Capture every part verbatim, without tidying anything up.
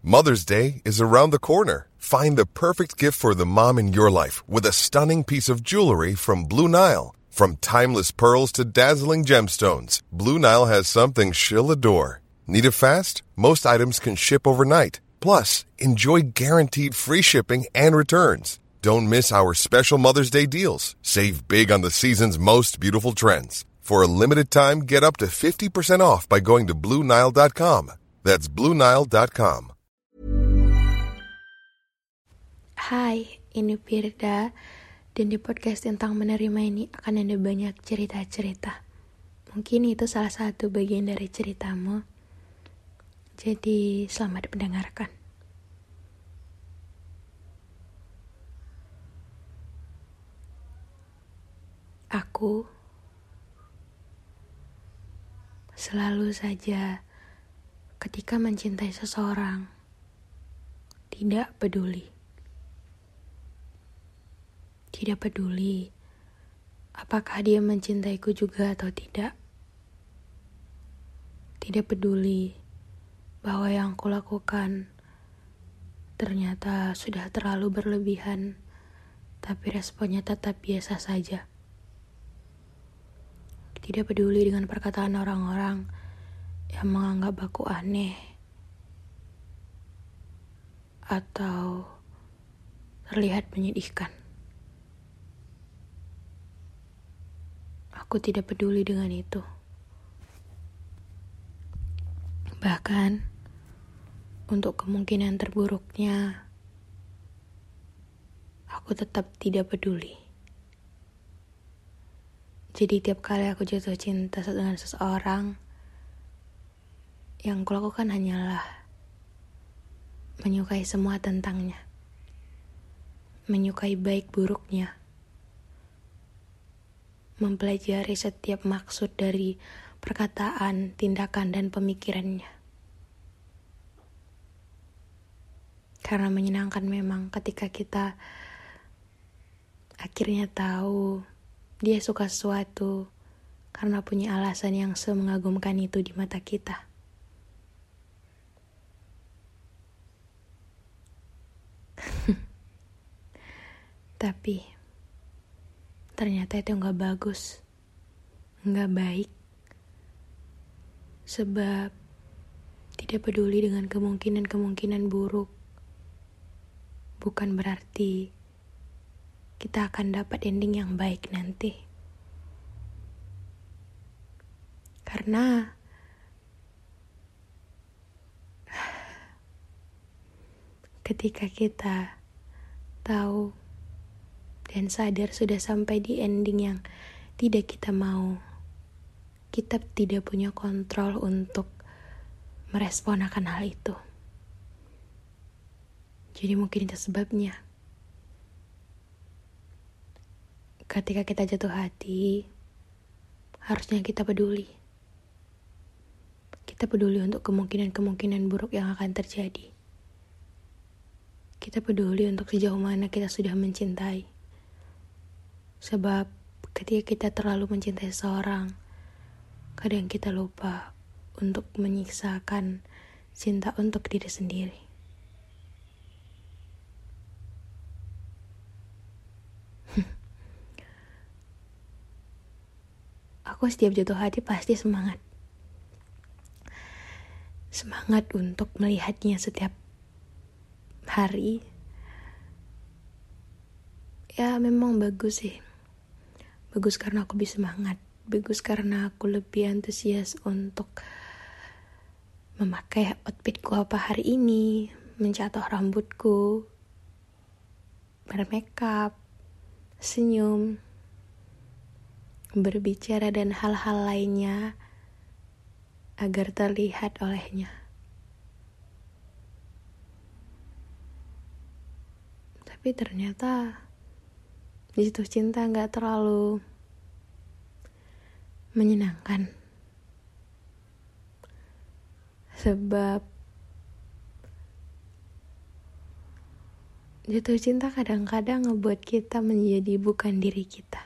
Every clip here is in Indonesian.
Mother's Day is around the corner. Find the perfect gift for the mom in your life with a stunning piece of jewelry from Blue Nile. From timeless pearls to dazzling gemstones, Blue Nile has something she'll adore. Need it fast? Most items can ship overnight. Plus, enjoy guaranteed free shipping and returns. Don't miss our special Mother's Day deals. Save big on the season's most beautiful trends. For a limited time, get up to fifty percent off by going to Blue Nile dot com. That's Blue Nile dot com. Hai, ini Firda, dan di podcast tentang menerima ini akan ada banyak cerita-cerita. Mungkin itu salah satu bagian dari ceritamu. Jadi, selamat mendengarkan. Aku selalu saja ketika mencintai seseorang, tidak peduli. Tidak peduli apakah dia mencintaiku juga atau tidak. Tidak peduli bahwa yang kulakukan ternyata sudah terlalu berlebihan, tapi responnya tetap biasa saja. Tidak peduli dengan perkataan orang-orang yang menganggap aku aneh atau terlihat menyedihkan. Aku tidak peduli dengan itu. Bahkan, untuk kemungkinan terburuknya, aku tetap tidak peduli. Jadi tiap kali aku jatuh cinta dengan seseorang, yang kulakukan hanyalah menyukai semua tentangnya. Menyukai baik buruknya. Mempelajari setiap maksud dari perkataan, tindakan, dan pemikirannya. Karena menyenangkan memang ketika kita akhirnya tahu dia suka sesuatu karena punya alasan yang semengagumkan itu di mata kita. Tapi ternyata itu gak bagus, gak baik. Sebab tidak peduli dengan kemungkinan-kemungkinan buruk bukan berarti kita akan dapat ending yang baik nanti. Karena ketika kita tahu dan sadar sudah sampai di ending yang tidak kita mau, kita tidak punya kontrol untuk merespon akan hal itu. Jadi mungkin itu sebabnya. Ketika kita jatuh hati, harusnya kita peduli. Kita peduli untuk kemungkinan-kemungkinan buruk yang akan terjadi. Kita peduli untuk sejauh mana kita sudah mencintai. Sebab ketika kita terlalu mencintai seseorang, kadang kita lupa untuk menyiksakan cinta untuk diri sendiri. Aku setiap jatuh hati pasti semangat. Semangat untuk melihatnya setiap hari. Ya memang bagus sih. Bagus karena aku bisa semangat. Bagus karena aku lebih antusias untuk memakai outfitku apa hari ini, mencatok rambutku, bermakeup, senyum, berbicara dan hal-hal lainnya agar terlihat olehnya. Tapi ternyata jatuh cinta gak terlalu menyenangkan. Sebab jatuh cinta kadang-kadang ngebuat kita menjadi bukan diri kita.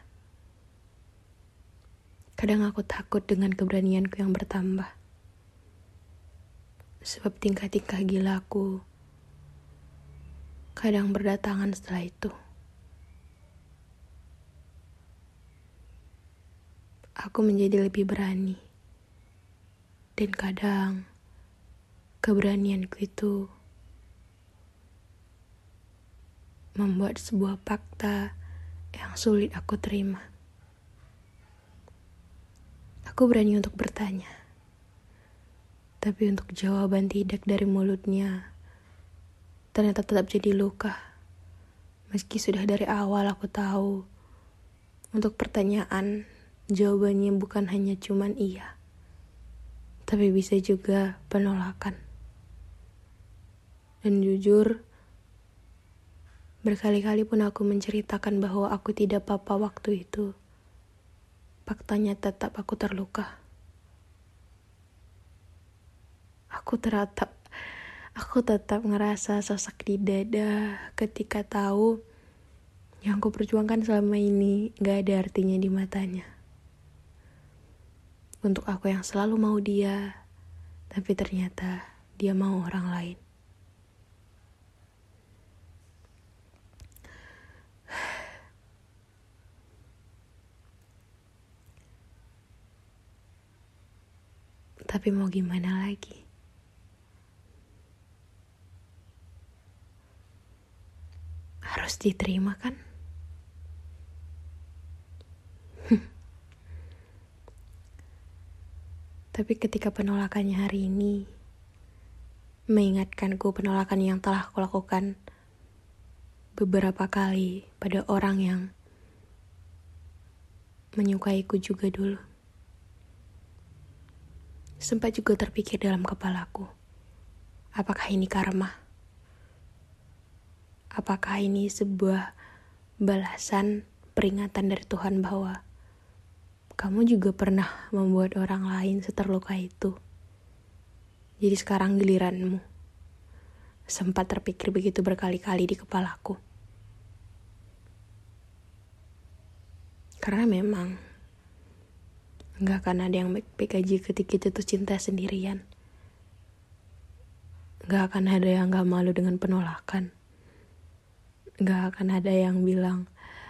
Kadang aku takut dengan keberanianku yang bertambah. Sebab tingkah-tingkah gilaku kadang berdatangan setelah itu. Aku menjadi lebih berani. Dan kadang keberanianku itu membuat sebuah fakta yang sulit aku terima. Aku berani untuk bertanya. Tapi untuk jawaban tidak dari mulutnya ternyata tetap jadi luka. Meski sudah dari awal aku tahu untuk pertanyaan jawabannya bukan hanya cuman iya, tapi bisa juga penolakan. Dan jujur, berkali-kali pun aku menceritakan bahwa aku tidak apa-apa waktu itu. Faktanya tetap aku terluka. Aku teratap, aku tetap ngerasa sosok di dada ketika tahu yang aku perjuangkan selama ini gak ada artinya di matanya. Untuk aku yang selalu mau dia, tapi ternyata dia mau orang lain. Tapi mau gimana lagi? Harus diterima kan? Tapi ketika penolakannya hari ini mengingatkanku penolakan yang telah kulakukan beberapa kali pada orang yang menyukaiku juga dulu. Sempat juga terpikir dalam kepalaku, apakah ini karma? Apakah ini sebuah balasan peringatan dari Tuhan bahwa kamu juga pernah membuat orang lain seterluka itu. Jadi sekarang giliranmu. Sempat terpikir begitu berkali-kali di kepalaku. Karena memang gak akan ada yang baik-baik aja ketika jatuh cinta sendirian. Gak akan ada yang gak malu dengan penolakan. Gak akan ada yang bilang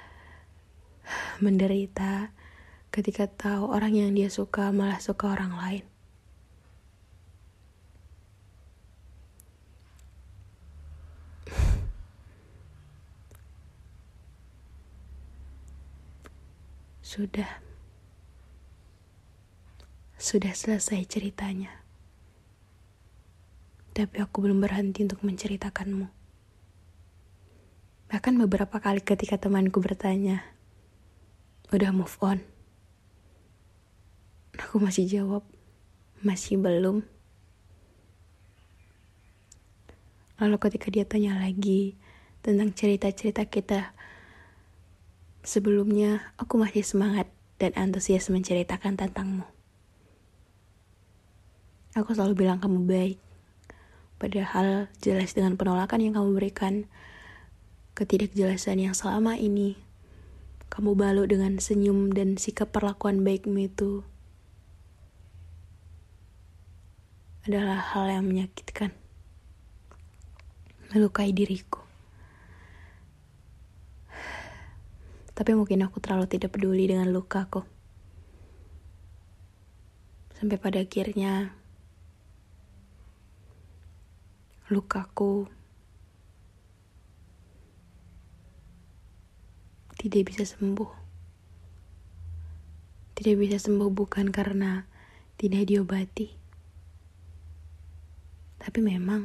menderita ketika tahu orang yang dia suka malah suka orang lain. Sudah. Sudah selesai ceritanya. Tapi aku belum berhenti untuk menceritakanmu. Bahkan beberapa kali ketika temanku bertanya, udah move on? Aku masih jawab, masih belum. Lalu ketika dia tanya lagi tentang cerita-cerita kita sebelumnya, aku masih semangat dan antusias menceritakan tentangmu. Aku selalu bilang kamu baik. Padahal jelas dengan penolakan yang kamu berikan, ketidakjelasan yang selama ini kamu balut dengan senyum dan sikap perlakuan baikmu itu adalah hal yang menyakitkan, melukai diriku. Tapi mungkin aku terlalu tidak peduli dengan lukaku. Sampai pada akhirnya lukaku tidak bisa sembuh. Tidak bisa sembuh bukan karena tidak diobati. Tapi memang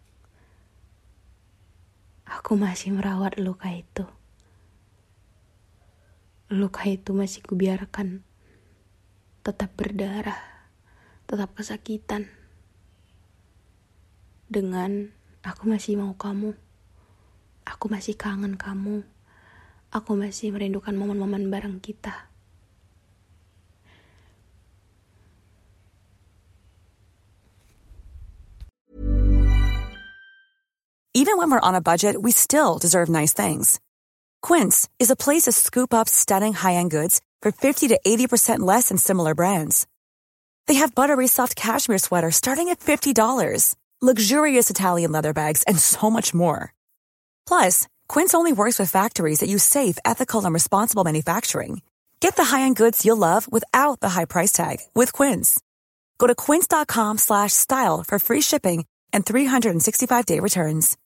aku masih merawat luka itu. Luka itu masih kubiarkan tetap berdarah, tetap kesakitan. Dengan aku masih mau kamu. Aku masih kangen kamu. Aku masih merindukan momen-momen bareng kita. Even when we're on a budget, we still deserve nice things. Quince is a place to scoop up stunning high-end goods for fifty to eighty percent less than similar brands. They have buttery soft cashmere sweaters starting at fifty dollars, luxurious Italian leather bags, and so much more. Plus, Quince only works with factories that use safe, ethical, and responsible manufacturing. Get the high-end goods you'll love without the high price tag with Quince. Go to quince.com slash style for free shipping and three sixty-five day returns.